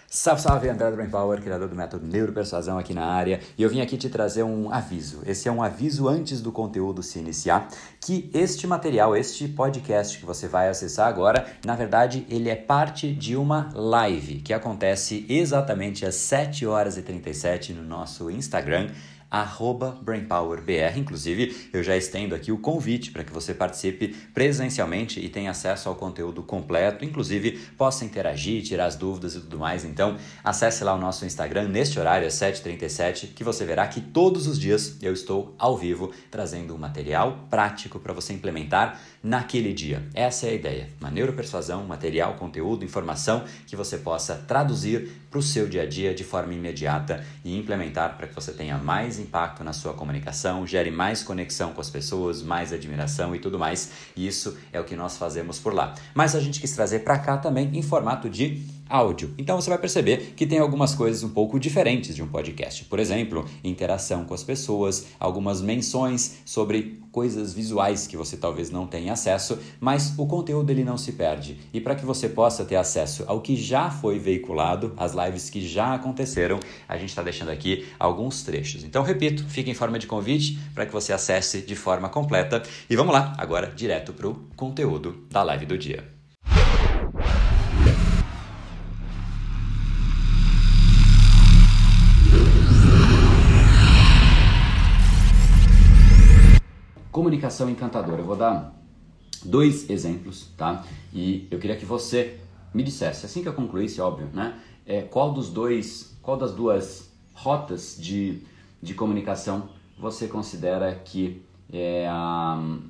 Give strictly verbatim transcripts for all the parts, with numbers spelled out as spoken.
Salve, salve, André do Brain Power, criador do método Neuropersuasão aqui na área, e eu vim aqui te trazer um aviso. Esse é um aviso antes do conteúdo se iniciar, que este material, este podcast que você vai acessar agora, na verdade, ele é parte de uma live que acontece exatamente às sete horas e trinta e sete no nosso Instagram, arroba BrainPowerBR. Inclusive, eu já estendo aqui o convite para que você participe presencialmente e tenha acesso ao conteúdo completo, inclusive possa interagir, tirar as dúvidas e tudo mais. Então, acesse lá o nosso Instagram neste horário, às sete e trinta e sete, que você verá que todos os dias eu estou ao vivo trazendo um material prático para você implementar naquele dia. Essa é a ideia. Uma neuropersuasão, material, conteúdo, informação que você possa traduzir para o seu dia a dia de forma imediata e implementar para que você tenha mais impacto na sua comunicação, gere mais conexão com as pessoas, mais admiração e tudo mais. E isso é o que nós fazemos por lá. Mas a gente quis trazer para cá também em formato de áudio. Então você vai perceber que tem algumas coisas um pouco diferentes de um podcast. Por exemplo, interação com as pessoas, algumas menções sobre coisas visuais que você talvez não tenha acesso, mas o conteúdo ele não se perde. E para que você possa ter acesso ao que já foi veiculado, as lives que já aconteceram, a gente está deixando aqui alguns trechos. Então, repito, fica em forma de convite para que você acesse de forma completa. E vamos lá, agora direto para o conteúdo da live do dia. Comunicação encantadora. Eu vou dar dois exemplos, tá? E eu queria que você me dissesse, assim que eu concluísse, óbvio, né? É, qual dos dois, qual das duas rotas de, de comunicação você considera que é, um,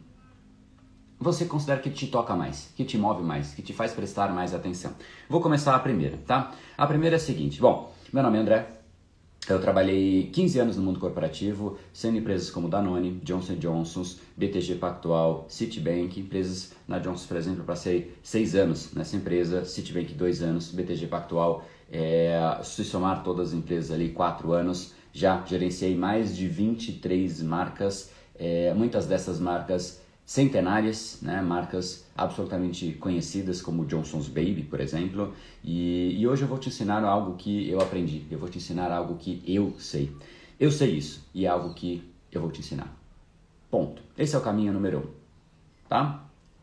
você considera que te toca mais, que te move mais, que te faz prestar mais atenção? Vou começar a primeira, tá? A primeira é a seguinte. Bom, meu nome é André. Eu trabalhei quinze anos no mundo corporativo, sendo empresas como Danone, Johnson and Johnson, B T G Pactual, Citibank, empresas na Johnson, por exemplo, eu passei seis anos nessa empresa, Citibank dois anos, B T G Pactual, é, se somar todas as empresas ali, quatro anos, já gerenciei mais de vinte e três marcas, é, muitas dessas marcas centenárias, né, marcas absolutamente conhecidas como Johnson's Baby, por exemplo, e, e hoje eu vou te ensinar algo que eu aprendi, eu vou te ensinar algo que eu sei. Eu sei isso e é algo que eu vou te ensinar. Ponto. Esse é o caminho número um, tá?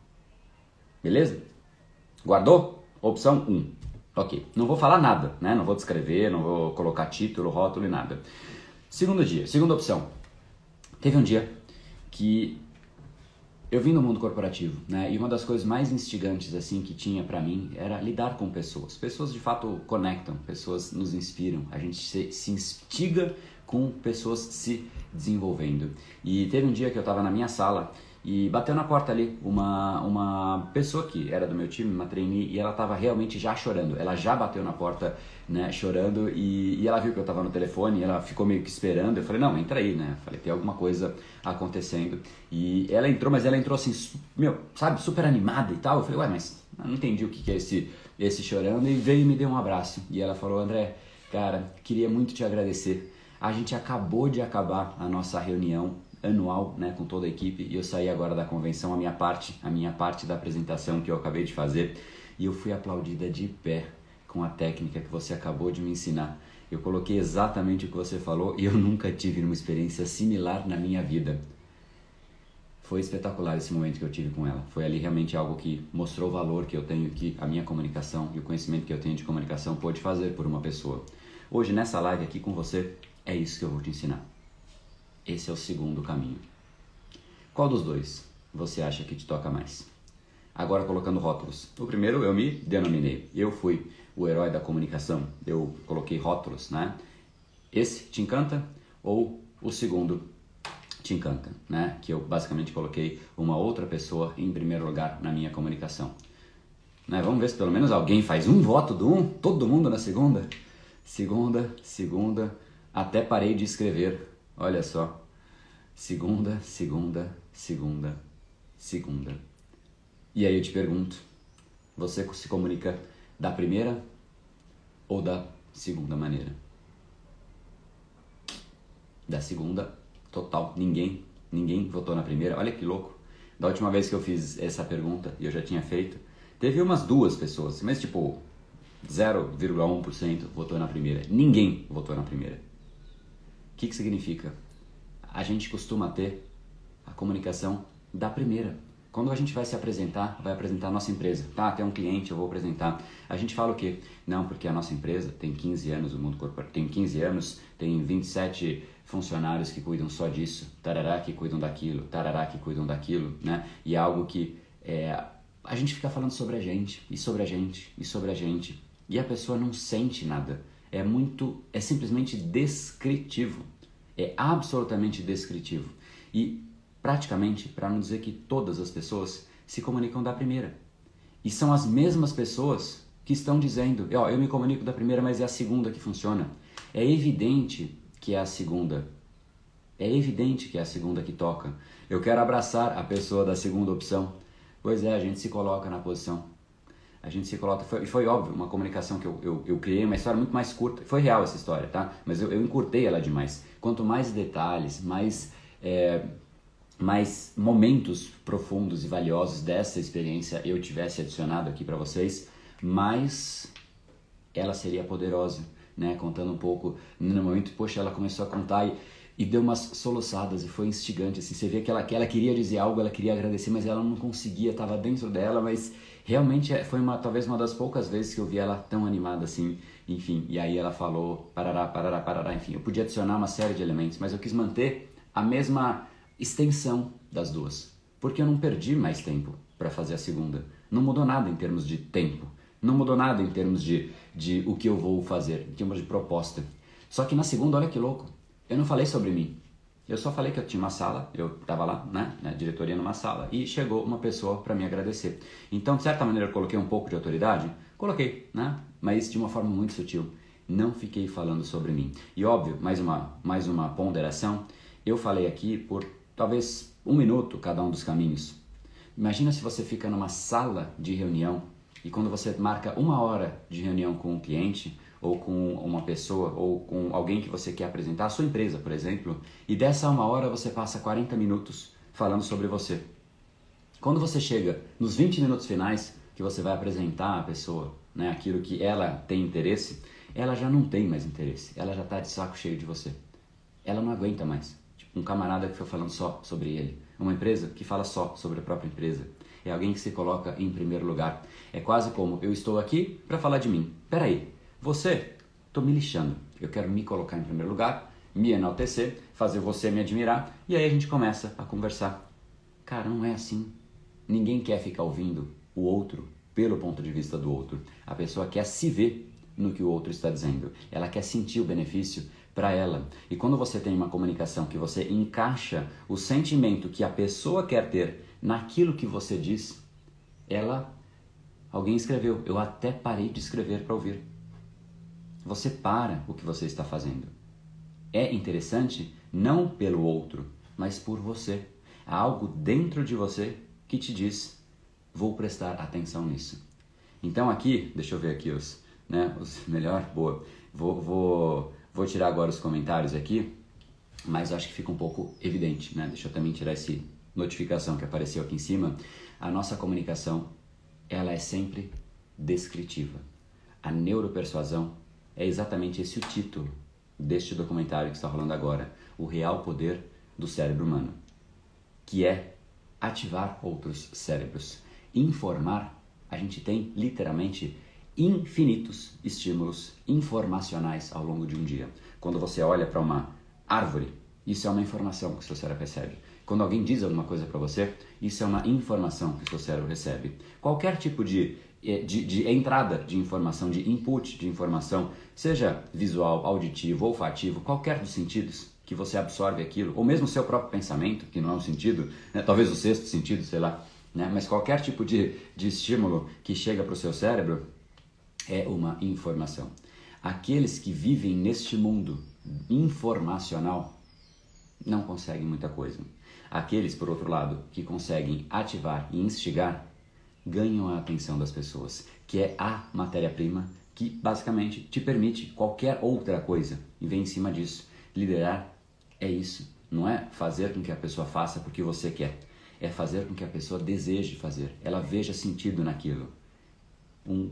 Beleza? Guardou? Opção um. Ok. Não vou falar nada, né? Não vou descrever, não vou colocar título, rótulo e nada. Segundo dia, segunda opção. Teve um dia que eu vim no mundo corporativo, né? E uma das coisas mais instigantes assim que tinha pra mim era lidar com pessoas. Pessoas de fato conectam, pessoas nos inspiram. A gente se, se instiga com pessoas se desenvolvendo. E teve um dia que eu tava na minha sala e bateu na porta ali uma, uma pessoa que era do meu time, uma trainee, e ela tava realmente já chorando. Ela já bateu na porta, né, chorando, e, e ela viu que eu tava no telefone, e ela ficou meio que esperando. Eu falei, não, entra aí, né? Falei, tem alguma coisa acontecendo. E ela entrou, mas ela entrou assim, meu, sabe, super animada e tal. Eu falei, ué, mas eu não entendi o que, que é esse, esse chorando. E veio e me deu um abraço. E ela falou, André, cara, queria muito te agradecer. A gente acabou de acabar a nossa reunião anual, né, com toda a equipe, e eu saí agora da convenção, a minha parte, a minha parte da apresentação que eu acabei de fazer, e eu fui aplaudida de pé com a técnica que você acabou de me ensinar. Eu coloquei exatamente o que você falou e eu nunca tive uma experiência similar na minha vida. Foi espetacular esse momento que eu tive com ela. Foi ali realmente algo que mostrou o valor que eu tenho, que a minha comunicação e o conhecimento que eu tenho de comunicação pode fazer por uma pessoa. Hoje, nessa live aqui com você, é isso que eu vou te ensinar. Esse é o segundo caminho. Qual dos dois você acha que te toca mais? Agora colocando rótulos. O primeiro eu me denominei. Eu fui o herói da comunicação. Eu coloquei rótulos, né? Esse te encanta? Ou o segundo te encanta, né? Que eu basicamente coloquei uma outra pessoa em primeiro lugar na minha comunicação. Né? Vamos ver se pelo menos alguém faz um voto do um. Todo mundo na segunda. Segunda, segunda. Até parei de escrever. Olha só, segunda, segunda, segunda, segunda. E aí eu te pergunto, você se comunica da primeira ou da segunda maneira? Da segunda, total. Ninguém, ninguém votou na primeira. Olha que louco. Da última vez que eu fiz essa pergunta, e eu já tinha feito, teve umas duas pessoas, mas tipo, zero vírgula um por cento votou na primeira. Ninguém votou na primeira. O que que significa? A gente costuma ter a comunicação da primeira. Quando a gente vai se apresentar, vai apresentar a nossa empresa. Tá, tem um cliente, eu vou apresentar. A gente fala o quê? Não, porque a nossa empresa tem quinze anos, o mundo corporativo tem quinze anos, tem vinte e sete funcionários que cuidam só disso, tarará, que cuidam daquilo, tarará, que cuidam daquilo, né? E é algo que é, a gente fica falando sobre a gente, e sobre a gente, e sobre a gente. E a pessoa não sente nada. É muito, é simplesmente descritivo. É absolutamente descritivo. E praticamente, para não dizer que todas as pessoas se comunicam da primeira. E são as mesmas pessoas que estão dizendo, ó, eu me comunico da primeira, mas é a segunda que funciona. É evidente que é a segunda. É evidente que é a segunda que toca. Eu quero abraçar a pessoa da segunda opção. Pois é, a gente se coloca na posição. A gente se coloca... E foi, foi óbvio, uma comunicação que eu, eu, eu criei, uma história muito mais curta. Foi real essa história, tá? Mas eu, eu encurtei ela demais. Quanto mais detalhes, mais... É, mais momentos profundos e valiosos dessa experiência eu tivesse adicionado aqui para vocês, mais ela seria poderosa, né? Contando um pouco, no momento, poxa, ela começou a contar e, e deu umas soluçadas e foi instigante, assim, você vê que ela, que ela queria dizer algo, ela queria agradecer, mas ela não conseguia, estava dentro dela, mas realmente foi uma, talvez uma das poucas vezes que eu vi ela tão animada assim, enfim, e aí ela falou, parará, parará, parará, enfim, eu podia adicionar uma série de elementos, mas eu quis manter a mesma extensão das duas, porque eu não perdi mais tempo para fazer a segunda. Não mudou nada em termos de tempo, não mudou nada em termos de, de o que eu vou fazer, em termos de proposta. Só que na segunda, olha que louco, eu não falei sobre mim. Eu só falei que eu tinha uma sala, eu estava lá, né, na diretoria numa sala, e chegou uma pessoa para me agradecer. Então, de certa maneira, eu coloquei um pouco de autoridade? Coloquei, né, mas de uma forma muito sutil. Não fiquei falando sobre mim. E óbvio, mais uma, mais uma ponderação, eu falei aqui por talvez um minuto cada um dos caminhos. Imagina se você fica numa sala de reunião e quando você marca uma hora de reunião com um cliente ou com uma pessoa ou com alguém que você quer apresentar, a sua empresa, por exemplo, e dessa uma hora você passa quarenta minutos falando sobre você. Quando você chega nos vinte minutos finais que você vai apresentar a pessoa, né, aquilo que ela tem interesse, ela já não tem mais interesse, ela já está de saco cheio de você. Ela não aguenta mais. Um camarada que foi falando só sobre ele. Uma empresa que fala só sobre a própria empresa. É alguém que se coloca em primeiro lugar. É quase como, eu estou aqui para falar de mim. Peraí, você, estou me lixando. Eu quero me colocar em primeiro lugar, me enaltecer, fazer você me admirar, e aí a gente começa a conversar. Cara, não é assim. Ninguém quer ficar ouvindo o outro pelo ponto de vista do outro. A pessoa quer se ver no que o outro está dizendo. Ela quer sentir o benefício para ela. E quando você tem uma comunicação que você encaixa o sentimento que a pessoa quer ter naquilo que você diz, ela... Alguém escreveu, eu até parei de escrever para ouvir. Você para o que você está fazendo. É interessante não pelo outro, mas por você. Há algo dentro de você que te diz, vou prestar atenção nisso. Então aqui, deixa eu ver aqui os, né, os melhor, boa, vou, vou, vou tirar agora os comentários aqui, mas acho que fica um pouco evidente, né? Deixa eu também tirar essa notificação que apareceu aqui em cima. A nossa comunicação, ela é sempre descritiva. A neuropersuasão é exatamente esse o título deste documentário que está rolando agora, O Real Poder do Cérebro Humano, que é ativar outros cérebros. Informar, a gente tem literalmente infinitos estímulos informacionais ao longo de um dia. Quando você olha para uma árvore, isso é uma informação que o seu cérebro recebe. Quando alguém diz alguma coisa para você, isso é uma informação que o seu cérebro recebe. Qualquer tipo de, de, de entrada de informação, de input de informação, seja visual, auditivo, olfativo, qualquer dos sentidos que você absorve aquilo, ou mesmo o seu próprio pensamento, que não é um sentido, né? Talvez o sexto sentido, sei lá, né? Mas qualquer tipo de, de estímulo que chega para o seu cérebro é uma informação. Aqueles que vivem neste mundo informacional não conseguem muita coisa. Aqueles, por outro lado, que conseguem ativar e instigar, ganham a atenção das pessoas, que é a matéria-prima que basicamente te permite qualquer outra coisa e vem em cima disso. Liderar é isso, não é fazer com que a pessoa faça porque você quer, é fazer com que a pessoa deseje fazer, ela veja sentido naquilo. Um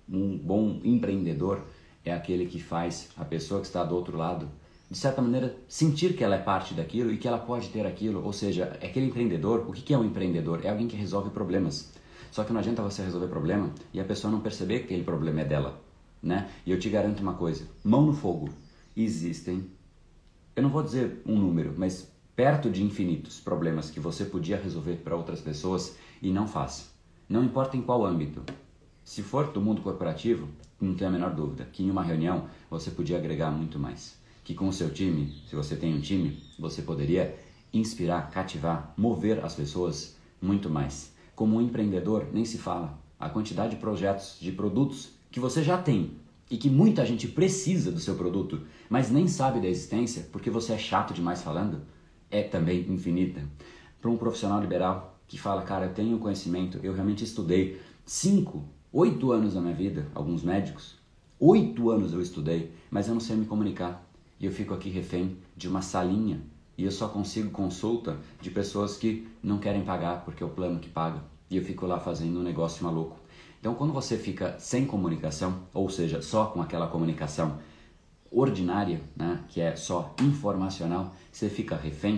um bom empreendedor é aquele que faz a pessoa que está do outro lado, de certa maneira, sentir que ela é parte daquilo e que ela pode ter aquilo. Ou seja, aquele empreendedor, o que é um empreendedor? É alguém que resolve problemas. Só que não adianta você resolver problema e a pessoa não perceber que aquele problema é dela, né? E eu te garanto uma coisa, mão no fogo, existem, eu não vou dizer um número, mas perto de infinitos problemas que você podia resolver para outras pessoas e não faz. Não importa em qual âmbito. Se for do mundo corporativo, não tenho a menor dúvida que em uma reunião você podia agregar muito mais. Que com o seu time, se você tem um time, você poderia inspirar, cativar, mover as pessoas muito mais. Como um empreendedor, nem se fala. A quantidade de projetos, de produtos que você já tem e que muita gente precisa do seu produto, mas nem sabe da existência porque você é chato demais falando, é também infinita. Para um profissional liberal que fala, cara, eu tenho conhecimento, eu realmente estudei cinco, oito anos da minha vida, alguns médicos, oito anos eu estudei, mas eu não sei me comunicar. E eu fico aqui refém de uma salinha e eu só consigo consulta de pessoas que não querem pagar porque é o plano que paga. E eu fico lá fazendo um negócio maluco. Então quando você fica sem comunicação, ou seja, só com aquela comunicação ordinária, né, que é só informacional, você fica refém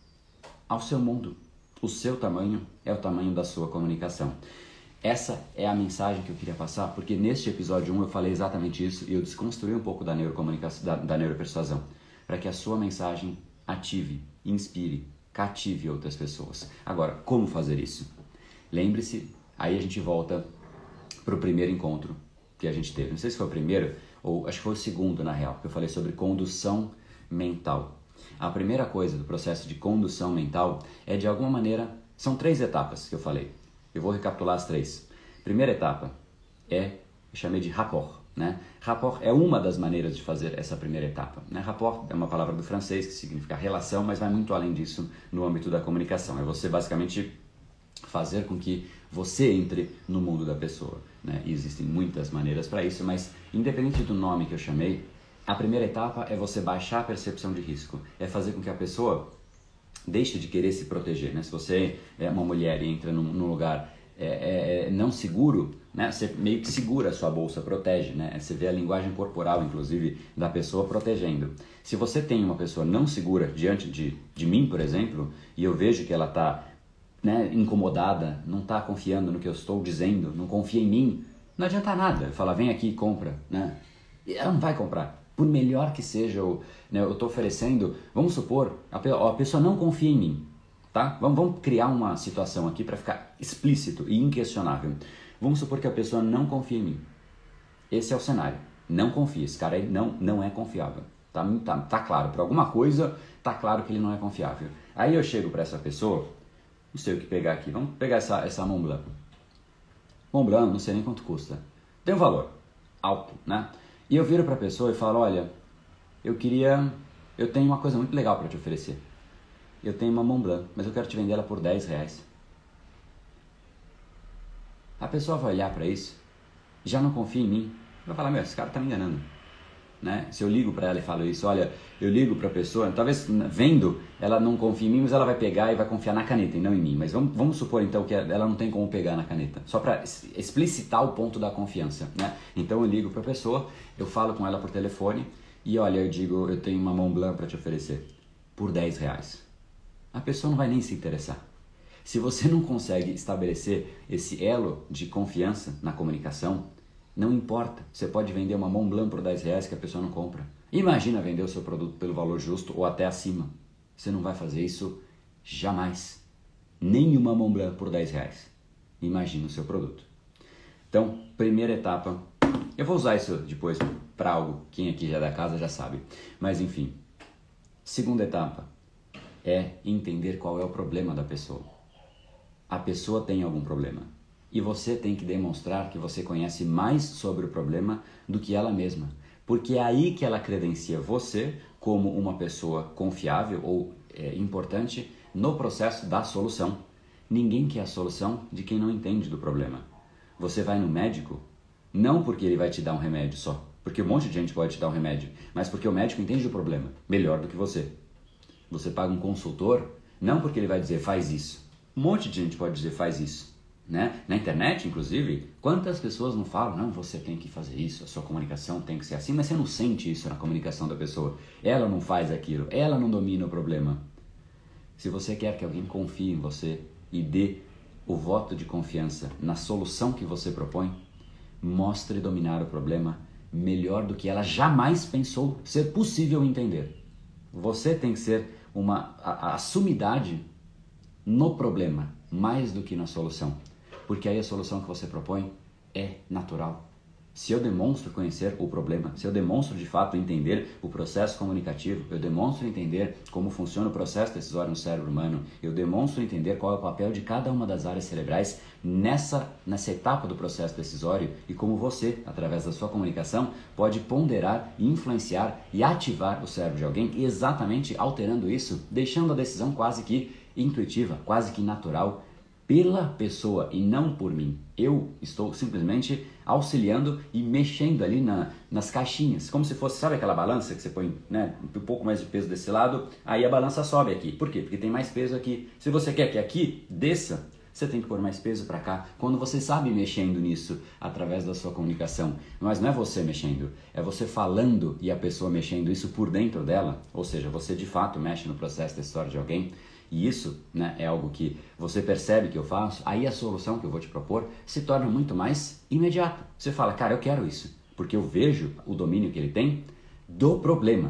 ao seu mundo. O seu tamanho é o tamanho da sua comunicação. Essa é a mensagem que eu queria passar, porque neste episódio um eu falei exatamente isso e eu desconstruí um pouco da neurocomunicação, da, da neuropersuasão, para que a sua mensagem ative, inspire, cative outras pessoas. Agora, como fazer isso? Lembre-se, aí a gente volta para o primeiro encontro que a gente teve. Não sei se foi o primeiro ou acho que foi o segundo, na real, que eu falei sobre condução mental. A primeira coisa do processo de condução mental é, de alguma maneira, são três etapas que eu falei. Eu vou recapitular as três. Primeira etapa é, eu chamei de rapport, né? Rapport é uma das maneiras de fazer essa primeira etapa, né? Rapport é uma palavra do francês que significa relação, mas vai muito além disso no âmbito da comunicação. É você basicamente fazer com que você entre no mundo da pessoa, né? E existem muitas maneiras para isso, mas independente do nome que eu chamei, a primeira etapa é você baixar a percepção de risco, é fazer com que a pessoa deixe de querer se proteger, né? Se você é uma mulher e entra num, num lugar é, é, não seguro, né? Você meio que segura a sua bolsa, protege, né? Você vê a linguagem corporal, inclusive, da pessoa protegendo. Se você tem uma pessoa não segura diante de, de mim, por exemplo, e eu vejo que ela está, né, incomodada, não está confiando no que eu estou dizendo, não confia em mim, não adianta nada. Fala, vem aqui e compra, né? E ela não vai comprar. Por melhor que seja, eu né, estou oferecendo, vamos supor, a, a pessoa não confia em mim, tá? Vamos, vamos criar uma situação aqui para ficar explícito e inquestionável. Vamos supor que a pessoa não confia em mim. Esse é o cenário. Não confia, esse cara aí não, não é confiável. Tá, tá, tá claro, por alguma coisa, tá claro que ele não é confiável. Aí eu chego para essa pessoa, não sei o que pegar aqui, vamos pegar essa, essa Mont Blanc. Mont Blanc, não sei nem quanto custa. Tem um valor alto, né? E eu viro para a pessoa e falo, olha, eu queria, eu tenho uma coisa muito legal para te oferecer. Eu tenho uma Mont Blanc, mas eu quero te vender ela por dez reais. A pessoa vai olhar para isso, já não confia em mim, vai falar, meu, esse cara tá me enganando. Né? Se eu ligo para ela e falo isso, olha, eu ligo para a pessoa, talvez vendo, ela não confia em mim, mas ela vai pegar e vai confiar na caneta e não em mim. Mas vamos, vamos supor então que ela não tem como pegar na caneta, só para explicitar o ponto da confiança. Né? Então eu ligo para a pessoa, eu falo com ela por telefone e olha, eu digo, eu tenho uma Mont Blanc para te oferecer por dez reais. A pessoa não vai nem se interessar. Se você não consegue estabelecer esse elo de confiança na comunicação, não importa, você pode vender uma Mont Blanc por dez reais que a pessoa não compra. Imagina vender o seu produto pelo valor justo ou até acima. Você não vai fazer isso jamais. Nenhuma Mont Blanc por dez reais. Imagina o seu produto. Então, primeira etapa. Eu vou usar isso depois para algo, quem aqui já é da casa já sabe. Mas enfim. Segunda etapa é entender qual é o problema da pessoa. A pessoa tem algum problema. E você tem que demonstrar que você conhece mais sobre o problema do que ela mesma. Porque é aí que ela credencia você como uma pessoa confiável ou é, importante no processo da solução. Ninguém quer a solução de quem não entende do problema. Você vai no médico, não porque ele vai te dar um remédio só, porque um monte de gente pode te dar um remédio, mas porque o médico entende do problema melhor do que você. Você paga um consultor, não porque ele vai dizer faz isso. Um monte de gente pode dizer faz isso. Né? Na internet, inclusive, quantas pessoas não falam, não, você tem que fazer isso, a sua comunicação tem que ser assim, mas você não sente isso na comunicação da pessoa. Ela não faz aquilo, ela não domina o problema. Se você quer que alguém confie em você e dê o voto de confiança na solução que você propõe, mostre dominar o problema melhor do que ela jamais pensou ser possível entender. Você tem que ser uma a, a sumidade no problema, mais do que na solução. Porque aí a solução que você propõe é natural. Se eu demonstro conhecer o problema, se eu demonstro de fato entender o processo comunicativo, eu demonstro entender como funciona o processo decisório no cérebro humano, eu demonstro entender qual é o papel de cada uma das áreas cerebrais nessa, nessa etapa do processo decisório e como você, através da sua comunicação, pode ponderar, influenciar e ativar o cérebro de alguém, exatamente alterando isso, deixando a decisão quase que intuitiva, quase que natural, pela pessoa e não por mim. Eu estou simplesmente auxiliando e mexendo ali na, nas caixinhas, como se fosse, sabe aquela balança que você põe, né, um pouco mais de peso desse lado, aí a balança sobe aqui. Por quê? Porque tem mais peso aqui. Se você quer que aqui desça, você tem que pôr mais peso para cá. Quando você sabe mexendo nisso através da sua comunicação, mas não é você mexendo, é você falando e a pessoa mexendo isso por dentro dela, ou seja, você de fato mexe no processo decisório de alguém. E isso, né, é algo que você percebe que eu faço, aí a solução que eu vou te propor se torna muito mais imediata. Você fala, cara, eu quero isso, porque eu vejo o domínio que ele tem do problema.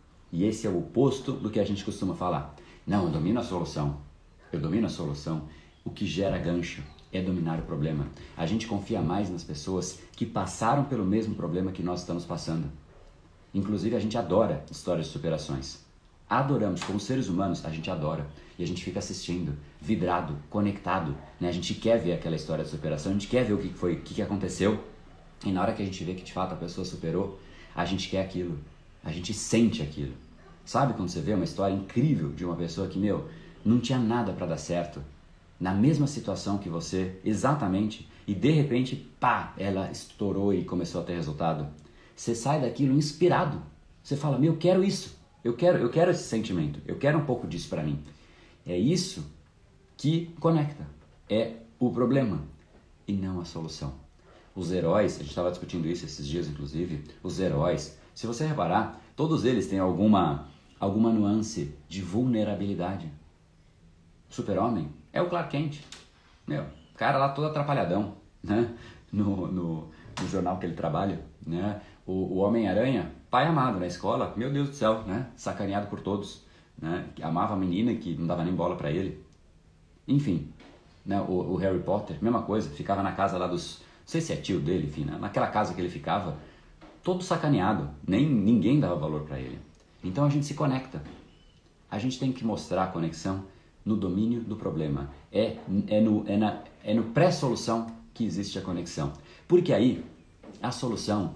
E esse é o oposto do que a gente costuma falar. Não, eu domino a solução, eu domino a solução. O que gera gancho é dominar o problema. A gente confia mais nas pessoas que passaram pelo mesmo problema que nós estamos passando. Inclusive, a gente adora histórias de superações. Adoramos, como seres humanos, a gente adora. E a gente fica assistindo, vidrado, conectado. Né? A gente quer ver aquela história de superação, a gente quer ver o que foi, o que aconteceu. E na hora que a gente vê que de fato a pessoa superou, a gente quer aquilo. A gente sente aquilo. Sabe quando você vê uma história incrível de uma pessoa que, meu, não tinha nada para dar certo, na mesma situação que você, exatamente, e de repente, pá, ela estourou e começou a ter resultado. Você sai daquilo inspirado. Você fala, meu, eu quero isso. Eu quero, eu quero esse sentimento, eu quero um pouco disso para mim. É isso que conecta, é o problema e não a solução. Os heróis, a gente estava discutindo isso esses dias inclusive, os heróis, se você reparar, todos eles têm alguma, alguma nuance de vulnerabilidade. O Super-Homem é o Clark Kent, meu, cara lá todo atrapalhadão, né? no, no, no jornal que ele trabalha, né? O, o Homem-Aranha, pai amado na escola, meu Deus do céu, né? Sacaneado por todos, né? Amava a menina que não dava nem bola pra ele. Enfim, né? o, o Harry Potter, mesma coisa, ficava na casa lá dos, não sei se é tio dele, enfim, né? Naquela casa que ele ficava, todo sacaneado, nem ninguém dava valor pra ele. Então a gente se conecta. A gente tem que mostrar a conexão no domínio do problema. É, é no, é na, é no pré-solução que existe a conexão. Porque aí, a solução,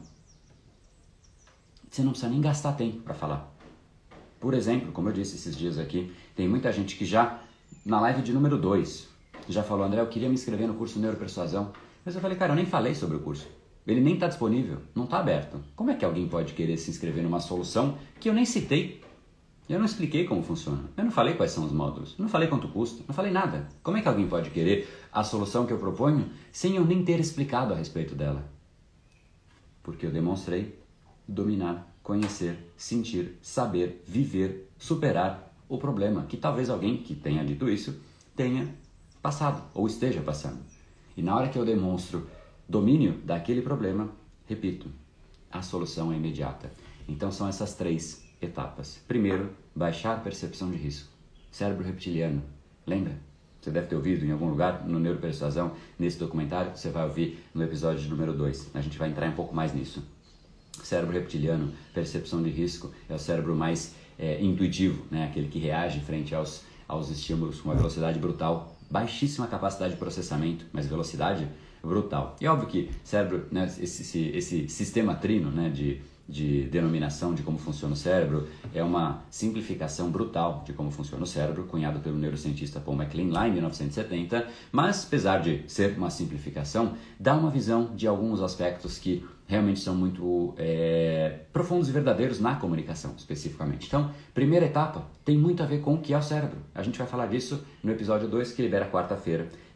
você não precisa nem gastar tempo para falar. Por exemplo, como eu disse esses dias aqui, tem muita gente que já, na live de número dois, já falou, André, eu queria me inscrever no curso Neuropersuasão. Mas eu falei, cara, eu nem falei sobre o curso. Ele nem está disponível, não está aberto. Como é que alguém pode querer se inscrever numa solução que eu nem citei? Eu não expliquei como funciona. Eu não falei quais são os módulos. Eu não falei quanto custa. Não falei nada. Como é que alguém pode querer a solução que eu proponho sem eu nem ter explicado a respeito dela? Porque eu demonstrei dominar, conhecer, sentir, saber, viver, superar o problema que talvez alguém que tenha dito isso tenha passado ou esteja passando. E na hora que eu demonstro domínio daquele problema, repito, a solução é imediata. Então são essas três etapas. Primeiro, baixar a percepção de risco. Cérebro reptiliano. Lembra? Você deve ter ouvido em algum lugar no Neuropersuasão, nesse documentário, você vai ouvir no episódio número dois. A gente vai entrar um pouco mais nisso. Cérebro reptiliano, percepção de risco, é o cérebro mais é, intuitivo, né? Aquele que reage frente aos, aos estímulos com uma velocidade brutal. Baixíssima capacidade de processamento, mas velocidade brutal. E óbvio que cérebro, né, esse, esse, esse sistema trino, né, de de denominação de como funciona o cérebro, é uma simplificação brutal de como funciona o cérebro, cunhado pelo neurocientista Paul MacLean lá em mil novecentos e setenta, mas apesar de ser uma simplificação, dá uma visão de alguns aspectos que realmente são muito é, profundos e verdadeiros na comunicação, especificamente. Então, primeira etapa tem muito a ver com o que é o cérebro. A gente vai falar disso no episódio dois, que libera quarta-feira,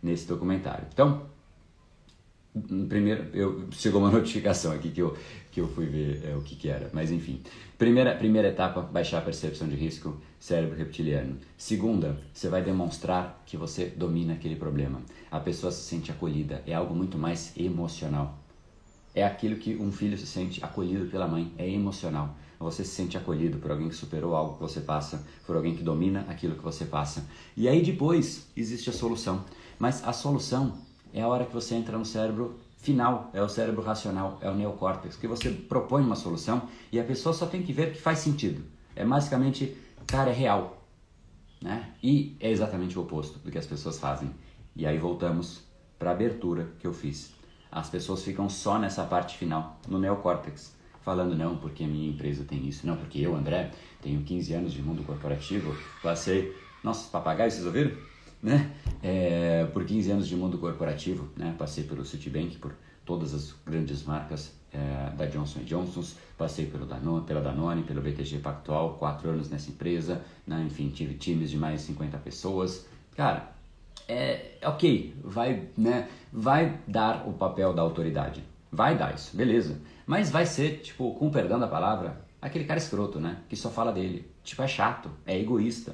nesse documentário. Então, primeiro, eu, chegou uma notificação aqui que eu, que eu fui ver é, o que que era, mas enfim. Primeira, primeira etapa, baixar a percepção de risco, cérebro reptiliano. Segunda, você vai demonstrar que você domina aquele problema. A pessoa se sente acolhida, é algo muito mais emocional. É aquilo que um filho se sente acolhido pela mãe, é emocional. Você se sente acolhido por alguém que superou algo que você passa, por alguém que domina aquilo que você passa. E aí depois existe a solução. Mas a solução é a hora que você entra no cérebro final, é o cérebro racional, é o neocórtex, que você propõe uma solução e a pessoa só tem que ver que faz sentido. É basicamente, cara, é real. Né? E é exatamente o oposto do que as pessoas fazem. E aí voltamos para a abertura que eu fiz. As pessoas ficam só nessa parte final, no neocórtex, falando não, porque a minha empresa tem isso, não, porque eu, André, tenho quinze anos de mundo corporativo, passei, nossa, papagaio, vocês ouviram? Né? É, por quinze anos de mundo corporativo, né? Passei pelo Citibank, por todas as grandes marcas é, da Johnson and Johnson, passei pelo Danone, pela Danone, pelo B T G Pactual, quatro anos nessa empresa, né? Enfim, tive times de mais de cinquenta pessoas. Cara, é ok, vai, né? Vai dar o papel da autoridade, vai dar isso, beleza, mas vai ser, tipo, com perdão da palavra, aquele cara escroto, né? Que só fala dele, tipo, é chato, é egoísta.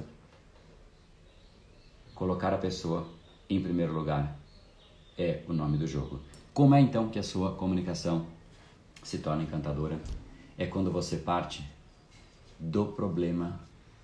Colocar a pessoa em primeiro lugar é o nome do jogo. Como é então que a sua comunicação se torna encantadora? É quando você parte do problema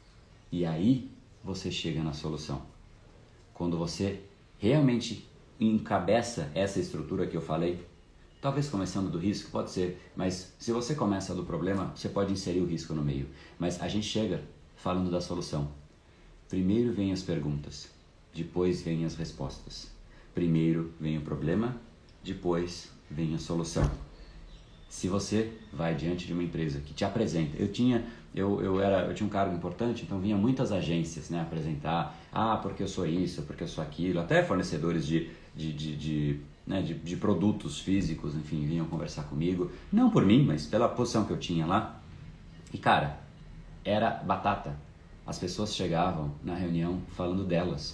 e aí você chega na solução. Quando você realmente encabeça essa estrutura que eu falei, talvez começando do risco, pode ser, mas se você começa do problema, você pode inserir o risco no meio. Mas a gente chega falando da solução. Primeiro vem as perguntas. Depois vem as respostas. Primeiro vem o problema, depois vem a solução. Se você vai diante de uma empresa que te apresenta, eu tinha, eu, eu era, eu tinha um cargo importante, então vinha muitas agências, né, apresentar, ah, porque eu sou isso, porque eu sou aquilo, até fornecedores de, de, de, de, né, de, de produtos físicos, enfim, vinham conversar comigo, não por mim, mas pela posição que eu tinha lá. E cara, era batata. As pessoas chegavam na reunião falando delas.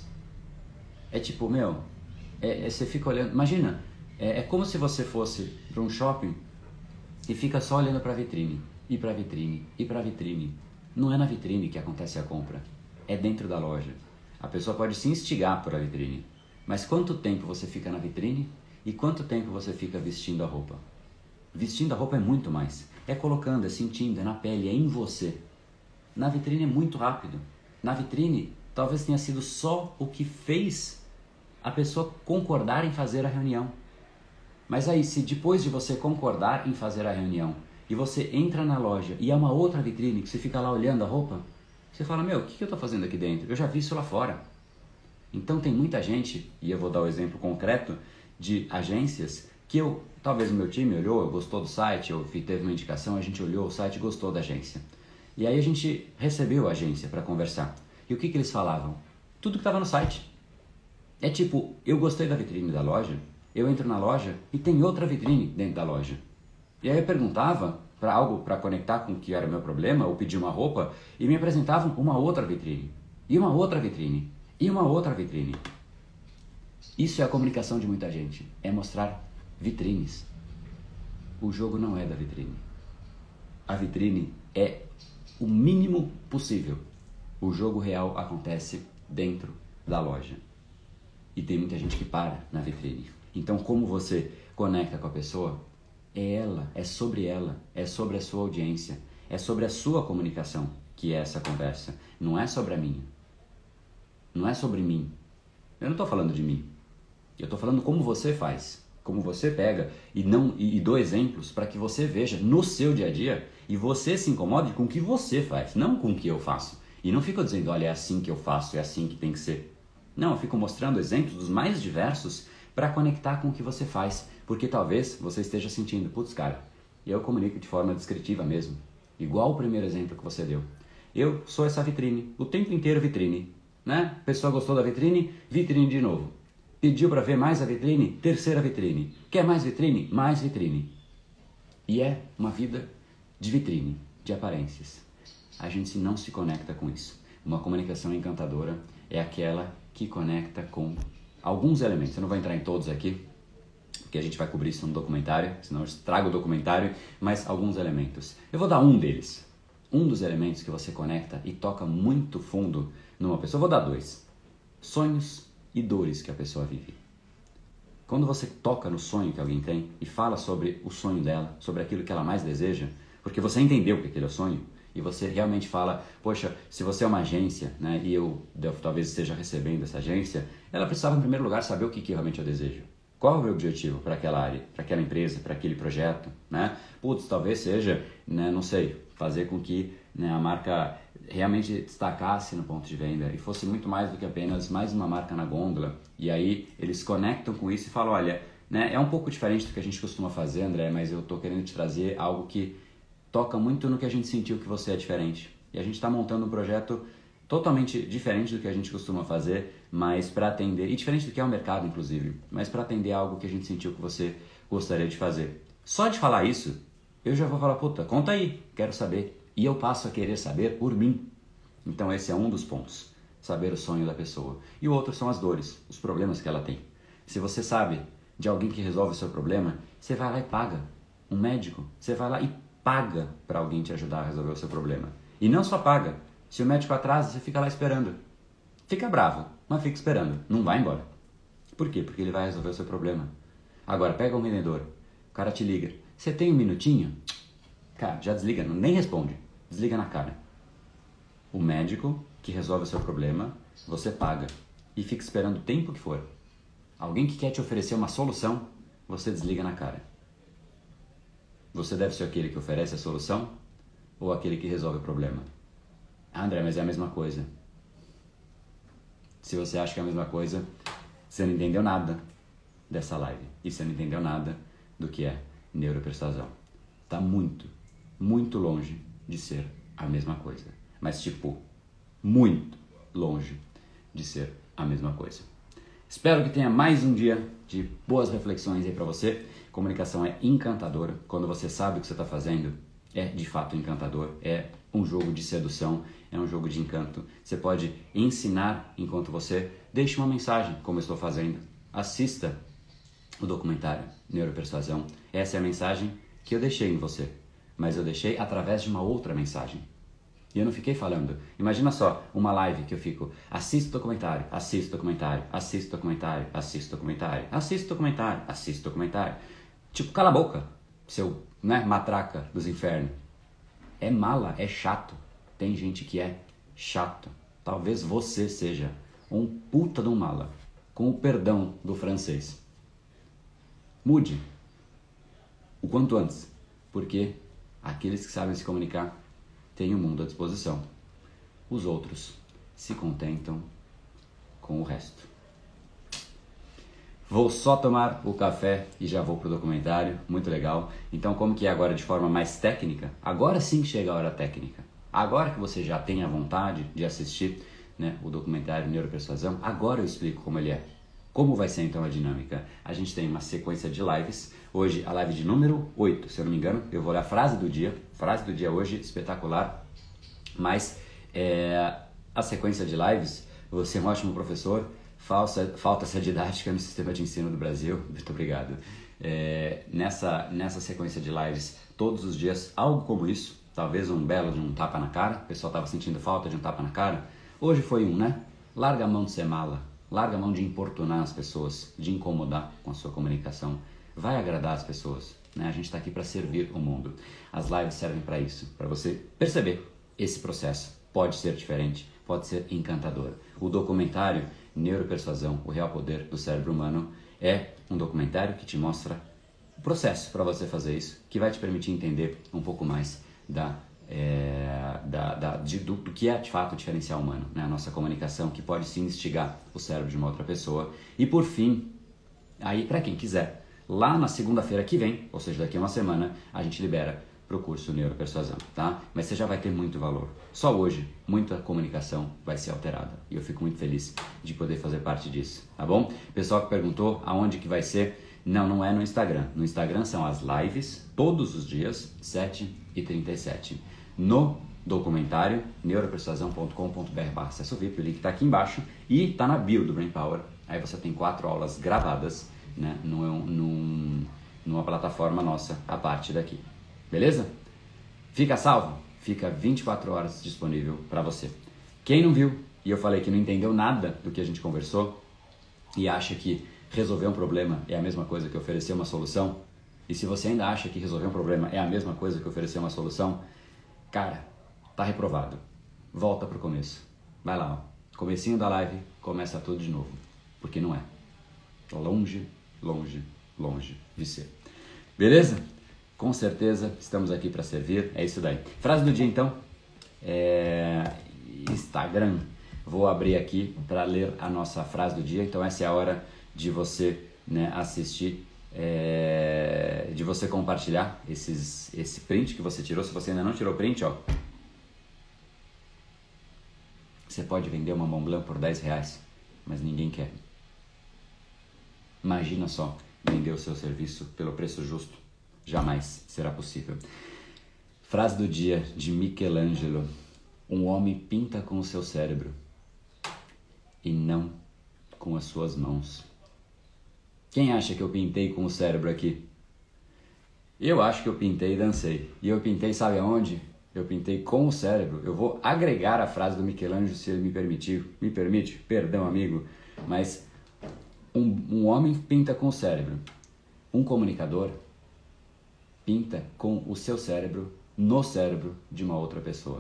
É tipo, meu, é, é, você fica olhando, imagina, é, é como se você fosse para um shopping e fica só olhando para a vitrine, e para a vitrine, e para a vitrine. Não é na vitrine que acontece a compra, é dentro da loja. A pessoa pode se instigar por a vitrine, mas quanto tempo você fica na vitrine e quanto tempo você fica vestindo a roupa? Vestindo a roupa é muito mais, é colocando, é sentindo, é na pele, é em você. Na vitrine é muito rápido. Na vitrine, talvez tenha sido só o que fez a pessoa concordar em fazer a reunião. Mas aí, se depois de você concordar em fazer a reunião e você entra na loja e é uma outra vitrine que você fica lá olhando a roupa, você fala, meu, o que eu estou fazendo aqui dentro? Eu já vi isso lá fora. Então tem muita gente, e eu vou dar o um exemplo concreto de agências, que eu, talvez o meu time olhou, gostou do site, eu teve uma indicação, a gente olhou o site e gostou da agência. E aí a gente recebeu a agência para conversar. E o que, que eles falavam? Tudo que estava no site. É tipo, eu gostei da vitrine da loja, eu entro na loja e tem outra vitrine dentro da loja. E aí eu perguntava para algo para conectar com o que era o meu problema, ou pedir uma roupa, e me apresentavam uma outra vitrine, e uma outra vitrine, e uma outra vitrine. Isso é a comunicação de muita gente, é mostrar vitrines. O jogo não é da vitrine. A vitrine é o mínimo possível. O jogo real acontece dentro da loja. E tem muita gente que para na vitrine. Então, como você conecta com a pessoa, é ela, é sobre ela, é sobre a sua audiência, é sobre a sua comunicação que é essa conversa. Não é sobre a minha. Não é sobre mim. Eu não estou falando de mim. Eu estou falando como você faz, como você pega e, não, e, e dou exemplos para que você veja no seu dia a dia e você se incomode com o que você faz, não com o que eu faço. E não fico dizendo, olha, é assim que eu faço, é assim que tem que ser. Não, eu fico mostrando exemplos dos mais diversos para conectar com o que você faz. Porque talvez você esteja sentindo, putz, cara, eu comunico de forma descritiva mesmo. Igual o primeiro exemplo que você deu. Eu sou essa vitrine, o tempo inteiro vitrine. Né? A pessoa gostou da vitrine, vitrine de novo. Pediu para ver mais a vitrine, terceira vitrine. Quer mais vitrine? Mais vitrine. E é uma vida de vitrine, de aparências. A gente não se conecta com isso. Uma comunicação encantadora é aquela que conecta com alguns elementos. Eu não vou entrar em todos aqui, porque a gente vai cobrir isso no documentário, senão eu estrago o documentário, mas alguns elementos. Eu vou dar um deles. Um dos elementos que você conecta e toca muito fundo numa pessoa. Eu vou dar dois. Sonhos e dores que a pessoa vive. Quando você toca no sonho que alguém tem e fala sobre o sonho dela, sobre aquilo que ela mais deseja, porque você entendeu que aquele é o sonho, e você realmente fala, poxa, se você é uma agência, né, e eu, eu talvez esteja recebendo essa agência, ela precisava em primeiro lugar saber o que, que realmente eu desejo. Qual é o meu objetivo para aquela área, para aquela empresa, para aquele projeto, né? Putz, talvez seja, né, não sei, fazer com que, né, a marca realmente destacasse no ponto de venda e fosse muito mais do que apenas mais uma marca na gôndola. E aí eles conectam com isso e falam, olha, né, é um pouco diferente do que a gente costuma fazer, André, mas eu estou querendo te trazer algo que toca muito no que a gente sentiu que você é diferente. E a gente está montando um projeto totalmente diferente do que a gente costuma fazer, mas para atender, e diferente do que é o mercado, inclusive, mas para atender algo que a gente sentiu que você gostaria de fazer. Só de falar isso, eu já vou falar, puta, conta aí, quero saber. E eu passo a querer saber por mim. Então esse é um dos pontos, saber o sonho da pessoa. E o outro são as dores, os problemas que ela tem. Se você sabe de alguém que resolve o seu problema, você vai lá e paga um médico, você vai lá e paga para alguém te ajudar a resolver o seu problema. E não só paga. Se o médico atrasa, você fica lá esperando. Fica bravo, mas fica esperando. Não vai embora. Por quê? Porque ele vai resolver o seu problema. Agora, pega um vendedor. O cara te liga. Você tem um minutinho? Cara, já desliga. Nem responde. Desliga na cara. O médico que resolve o seu problema, você paga. E fica esperando o tempo que for. Alguém que quer te oferecer uma solução, você desliga na cara. Você deve ser aquele que oferece a solução ou aquele que resolve o problema? Ah, André, mas é a mesma coisa. Se você acha que é a mesma coisa, você não entendeu nada dessa live. E você não entendeu nada do que é neuropersuasão. Está muito, muito longe de ser a mesma coisa. Mas, tipo, muito longe de ser a mesma coisa. Espero que tenha mais um dia de boas reflexões aí para você. Comunicação é encantadora. Quando você sabe o que você está fazendo, é de fato encantador. É um jogo de sedução, é um jogo de encanto. Você pode ensinar enquanto você deixa uma mensagem, como eu estou fazendo. Assista o documentário Neuropersuasão. Essa é a mensagem que eu deixei em você, mas eu deixei através de uma outra mensagem. E eu não fiquei falando. Imagina só, uma live que eu fico, assista o documentário, assista o documentário, assista o documentário, assista o documentário, assista o documentário, assista o documentário. Tipo, cala a boca, seu, né, matraca dos infernos. É mala, é chato. Tem gente que é chato. Talvez você seja um puta de um mala, com o perdão do francês. Mude o quanto antes, porque aqueles que sabem se comunicar têm o mundo à disposição. Os outros se contentam com o resto. Vou só tomar o café e já vou pro documentário, muito legal. Então, como que é agora de forma mais técnica? Agora sim chega a hora técnica. Agora que você já tem a vontade de assistir, né, o documentário Neuropersuasão, agora eu explico como ele é. Como vai ser então a dinâmica? A gente tem uma sequência de lives. Hoje a live de número oito, se eu não me engano. Eu vou ler a frase do dia. Frase do dia hoje, espetacular. Mas é, a sequência de lives, você é um ótimo professor. Falsa, falta essa didática no sistema de ensino do Brasil. Muito obrigado. É, nessa, nessa sequência de lives, todos os dias, algo como isso. Talvez um belo de um tapa na cara. O pessoal estava sentindo falta de um tapa na cara. Hoje foi um, né? Larga a mão de ser mala. Larga a mão de importunar as pessoas, de incomodar com a sua comunicação. Vai agradar as pessoas, né? A gente está aqui para servir o mundo. As lives servem para isso, para você perceber esse processo. Pode ser diferente, pode ser encantador. O documentário Neuropersuasão, o Real Poder do Cérebro Humano, é um documentário que te mostra o processo para você fazer isso, que vai te permitir entender um pouco mais da É, da, da, de, do, do que é de fato o diferencial humano, né? A nossa comunicação, que pode sim instigar o cérebro de uma outra pessoa. E por fim, aí para quem quiser, lá na segunda-feira que vem, ou seja, daqui a uma semana, a gente libera para o curso Neuropersuasão, tá? Mas você já vai ter muito valor. Só hoje, muita comunicação vai ser alterada. E eu fico muito feliz de poder fazer parte disso, tá bom? Pessoal que perguntou aonde que vai ser, não, não é no Instagram. No Instagram são as lives, todos os dias, sete e trinta e sete. No documentário neuropersuasão ponto com ponto b r barra acesso V I P, o link está aqui embaixo e está na bio do Brain Power, Aí você tem quatro aulas gravadas, né, num, num, numa plataforma nossa, a parte daqui. Beleza? Fica salvo? Fica vinte e quatro horas disponível para você. Quem não viu, e eu falei que não entendeu nada do que a gente conversou, e acha que resolver um problema é a mesma coisa que oferecer uma solução, e se você ainda acha que resolver um problema é a mesma coisa que oferecer uma solução, cara, tá reprovado. Volta pro começo. Vai lá, ó. Comecinho da live, começa tudo de novo. Porque não é. Longe, longe, longe de ser. Beleza? Com certeza, estamos aqui para servir. É isso daí. Frase do dia, então. É... Instagram. Vou abrir aqui para ler a nossa frase do dia. Então essa é a hora de você, né, assistir, é... de você compartilhar esses, esse print que você tirou. Se você ainda não tirou print, ó, você pode vender uma Mont Blanc por dez reais, mas ninguém quer. Imagina só vender o seu serviço pelo preço justo. Jamais será possível. Frase do dia de Michelangelo. Um homem pinta com o seu cérebro e não com as suas mãos. Quem acha que eu pintei com o cérebro aqui? Eu acho que eu pintei e dancei. E eu pintei, sabe aonde? Eu pintei com o cérebro. Eu vou agregar a frase do Michelangelo, se ele me permitir. Me permite? Perdão, amigo. Mas um, um homem pinta com o cérebro. Um comunicador pinta com o seu cérebro no cérebro de uma outra pessoa.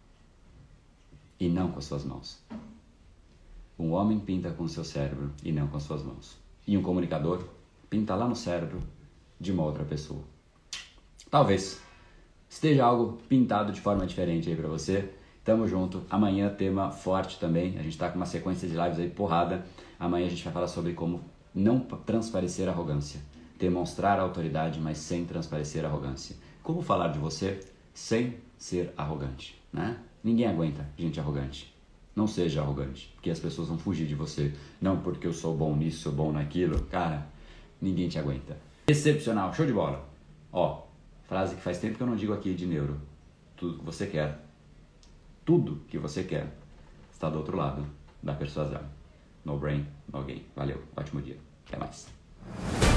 E não com as suas mãos. Um homem pinta com o seu cérebro e não com as suas mãos. E um comunicador pinta lá no cérebro de uma outra pessoa. Talvez esteja algo pintado de forma diferente aí pra você. Tamo junto. Amanhã tema forte também. A gente tá com uma sequência de lives aí porrada. Amanhã a gente vai falar sobre como não transparecer arrogância. Demonstrar autoridade, mas sem transparecer arrogância. Como falar de você sem ser arrogante, né? Ninguém aguenta gente arrogante. Não seja arrogante, porque as pessoas vão fugir de você. Não porque eu sou bom nisso, sou bom naquilo. Cara, ninguém te aguenta. Excepcional, show de bola. Ó, frase que faz tempo que eu não digo aqui de neuro. Tudo que você quer, tudo que você quer, está do outro lado da persuasão. No brain, no gain. Valeu, ótimo dia. Até mais.